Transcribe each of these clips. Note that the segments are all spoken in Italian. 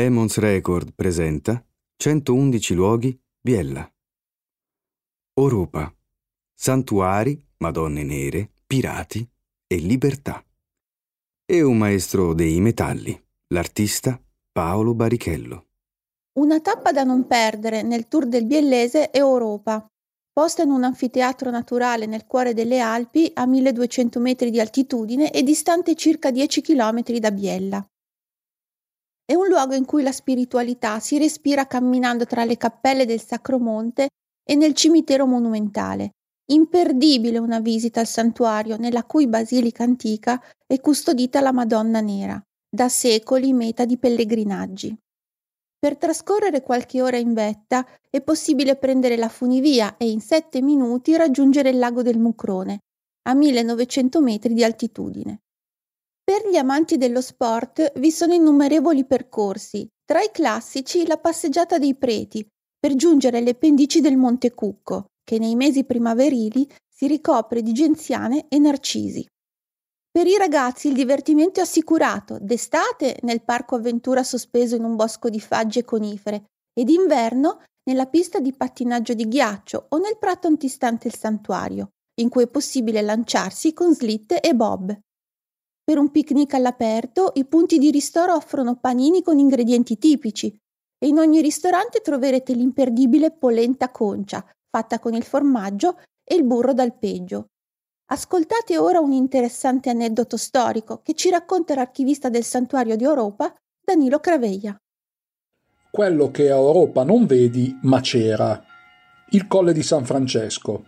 Emons Record presenta 111 luoghi Biella. Oropa. Santuari, Madonne nere, pirati e libertà. E un maestro dei metalli, l'artista Paolo Barichello. Una tappa da non perdere nel tour del Biellese è Oropa, posta in un anfiteatro naturale nel cuore delle Alpi a 1200 metri di altitudine e distante circa 10 km da Biella. È un luogo in cui la spiritualità si respira camminando tra le cappelle del Sacro Monte e nel cimitero monumentale. Imperdibile una visita al santuario nella cui basilica antica è custodita la Madonna Nera, da secoli meta di pellegrinaggi. Per trascorrere qualche ora in vetta è possibile prendere la funivia e in 7 minuti raggiungere il lago del Mucrone, a 1900 metri di altitudine. Per gli amanti dello sport vi sono innumerevoli percorsi, tra i classici la passeggiata dei preti, per giungere alle pendici del Monte Cucco, che nei mesi primaverili si ricopre di genziane e narcisi. Per i ragazzi il divertimento è assicurato, d'estate nel parco avventura sospeso in un bosco di faggi e conifere, ed d'inverno nella pista di pattinaggio di ghiaccio o nel prato antistante il santuario, in cui è possibile lanciarsi con slitte e bob. Per un picnic all'aperto, i punti di ristoro offrono panini con ingredienti tipici e in ogni ristorante troverete l'imperdibile polenta concia, fatta con il formaggio e il burro d'alpeggio. Ascoltate ora un interessante aneddoto storico che ci racconta l'archivista del santuario di Oropa, Danilo Craveglia. Quello che a Oropa non vedi, ma c'era. Il Colle di San Francesco.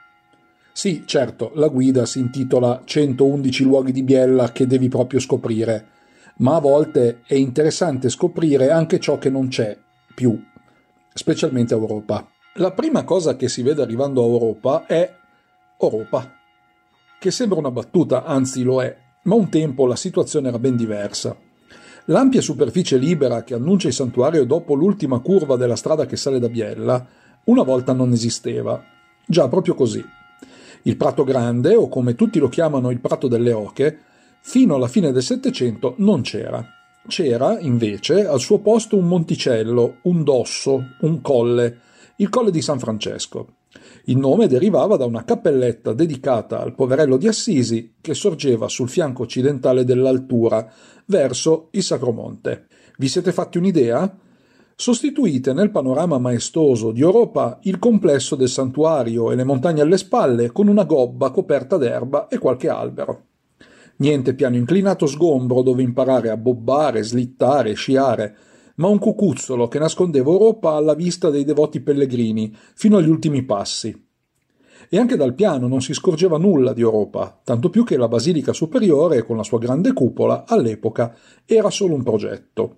Sì, certo, la guida si intitola 111 luoghi di Biella che devi proprio scoprire, ma a volte è interessante scoprire anche ciò che non c'è più, specialmente a Oropa. La prima cosa che si vede arrivando a Oropa è Oropa, che sembra una battuta, anzi lo è, ma un tempo la situazione era ben diversa. L'ampia superficie libera che annuncia il santuario dopo l'ultima curva della strada che sale da Biella, una volta non esisteva. Già, proprio così. Il Prato Grande, o come tutti lo chiamano il Prato delle Oche, fino alla fine del Settecento non c'era. C'era, invece, al suo posto un monticello, un dosso, un colle, il Colle di San Francesco. Il nome derivava da una cappelletta dedicata al poverello di Assisi che sorgeva sul fianco occidentale dell'altura, verso il Sacromonte. Vi siete fatti un'idea? Sostituite nel panorama maestoso di Oropa il complesso del santuario e le montagne alle spalle con una gobba coperta d'erba e qualche albero. Niente piano inclinato sgombro dove imparare a bobbare, slittare, sciare, ma un cucuzzolo che nascondeva Oropa alla vista dei devoti pellegrini fino agli ultimi passi. E anche dal piano non si scorgeva nulla di Oropa, tanto più che la basilica superiore, con la sua grande cupola, all'epoca era solo un progetto.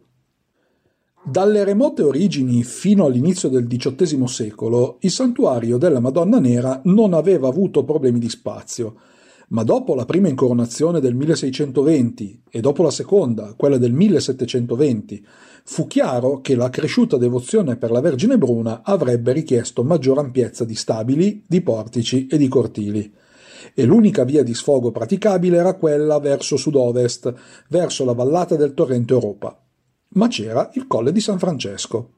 Dalle remote origini fino all'inizio del XVIII secolo, il santuario della Madonna Nera non aveva avuto problemi di spazio, ma dopo la prima incoronazione del 1620 e dopo la seconda, quella del 1720, fu chiaro che la cresciuta devozione per la Vergine Bruna avrebbe richiesto maggior ampiezza di stabili, di portici e di cortili. E l'unica via di sfogo praticabile era quella verso sud-ovest, verso la vallata del torrente Oropa. Ma c'era il Colle di San Francesco.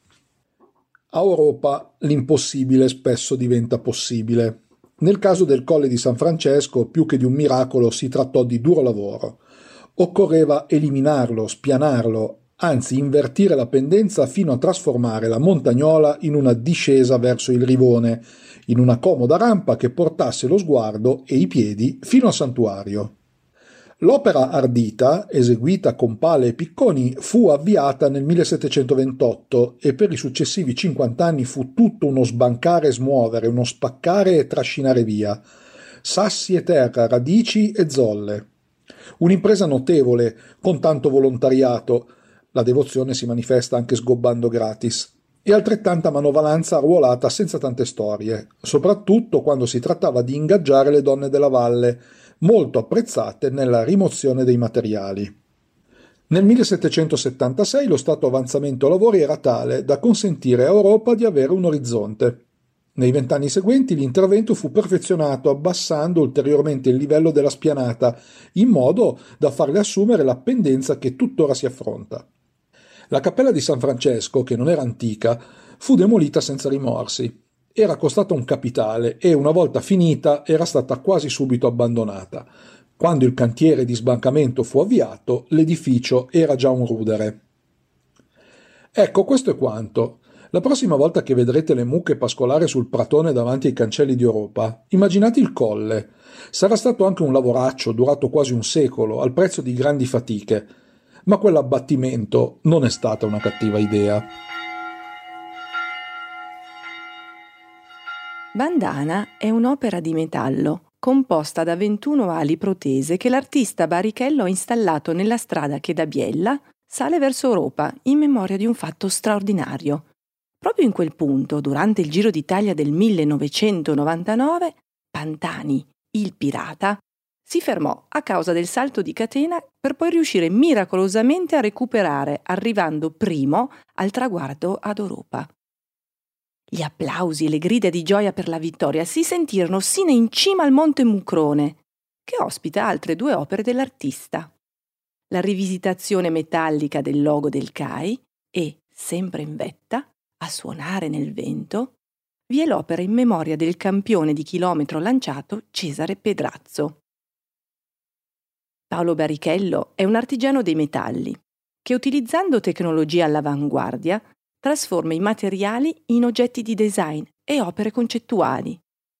A Oropa l'impossibile spesso diventa possibile. Nel caso del Colle di San Francesco, più che di un miracolo, si trattò di duro lavoro. Occorreva eliminarlo, spianarlo, anzi invertire la pendenza fino a trasformare la montagnola in una discesa verso il rivone, in una comoda rampa che portasse lo sguardo e i piedi fino al santuario. L'opera ardita, eseguita con pale e picconi, fu avviata nel 1728 e per i successivi 50 anni fu tutto uno sbancare e smuovere, uno spaccare e trascinare via. Sassi e terra, radici e zolle. Un'impresa notevole, con tanto volontariato. La devozione si manifesta anche sgobbando gratis. E altrettanta manovalanza arruolata senza tante storie, soprattutto quando si trattava di ingaggiare le donne della valle, molto apprezzate nella rimozione dei materiali. Nel 1776 lo stato avanzamento lavori era tale da consentire a Oropa di avere un orizzonte. Nei 20 anni seguenti l'intervento fu perfezionato abbassando ulteriormente il livello della spianata, in modo da farle assumere la pendenza che tuttora si affronta. La cappella di San Francesco, che non era antica, fu demolita senza rimorsi. Era costata un capitale e, una volta finita, era stata quasi subito abbandonata. Quando il cantiere di sbancamento fu avviato, l'edificio era già un rudere. Ecco, questo è quanto. La prossima volta che vedrete le mucche pascolare sul pratone davanti ai cancelli di Europa, immaginate il Colle. Sarà stato anche un lavoraccio durato quasi un secolo, al prezzo di grandi fatiche, ma quell'abbattimento non è stata una cattiva idea. Bandana è un'opera di metallo composta da 21 ali protese che l'artista Barrichello ha installato nella strada che da Biella sale verso Europa in memoria di un fatto straordinario. Proprio in quel punto, durante il Giro d'Italia del 1999, Pantani, il pirata, si fermò a causa del salto di catena per poi riuscire miracolosamente a recuperare, arrivando primo al traguardo ad Europa. Gli applausi e le grida di gioia per la vittoria si sentirono sino in cima al Monte Mucrone, che ospita altre 2 opere dell'artista. La rivisitazione metallica del logo del CAI e, sempre in vetta, a suonare nel vento, vi è l'opera in memoria del campione di chilometro lanciato Cesare Pedrazzo. Paolo Barrichello è un artigiano dei metalli che, utilizzando tecnologia all'avanguardia, trasforma i materiali in oggetti di design e opere concettuali.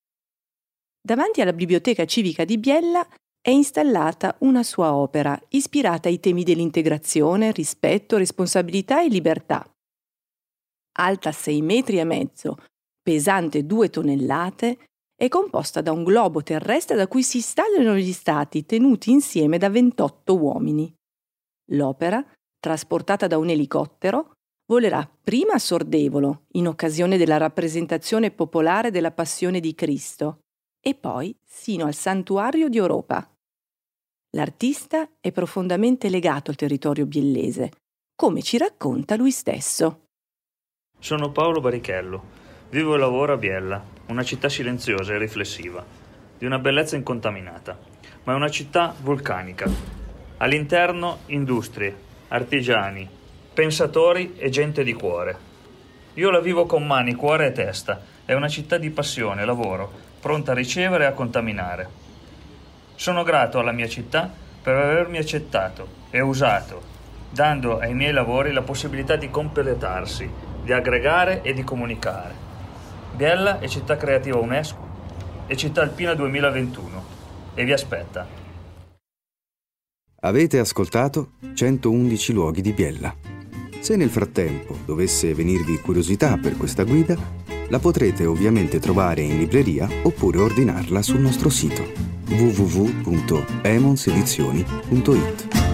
Davanti alla Biblioteca Civica di Biella è installata una sua opera ispirata ai temi dell'integrazione, rispetto, responsabilità e libertà. Alta 6,5 metri, pesante 2 tonnellate, è composta da un globo terrestre da cui si instagliano gli stati tenuti insieme da 28 uomini. L'opera, trasportata da un elicottero, volerà prima a Sordevolo, in occasione della rappresentazione popolare della Passione di Cristo, e poi sino al Santuario di Europa. L'artista è profondamente legato al territorio biellese, come ci racconta lui stesso. Sono Paolo Barrichello, vivo e lavoro a Biella, una città silenziosa e riflessiva, di una bellezza incontaminata, ma è una città vulcanica. All'interno industrie, artigiani, pensatori e gente di cuore. Io la vivo con mani, cuore e testa. È una città di passione, lavoro, pronta a ricevere e a contaminare. Sono grato alla mia città per avermi accettato e usato, dando ai miei lavori la possibilità di completarsi, di aggregare e di comunicare. Biella è città creativa UNESCO e città alpina 2021 e vi aspetta. Avete ascoltato 111 luoghi di Biella. Se nel frattempo dovesse venirvi curiosità per questa guida, la potrete ovviamente trovare in libreria oppure ordinarla sul nostro sito www.emonsedizioni.it.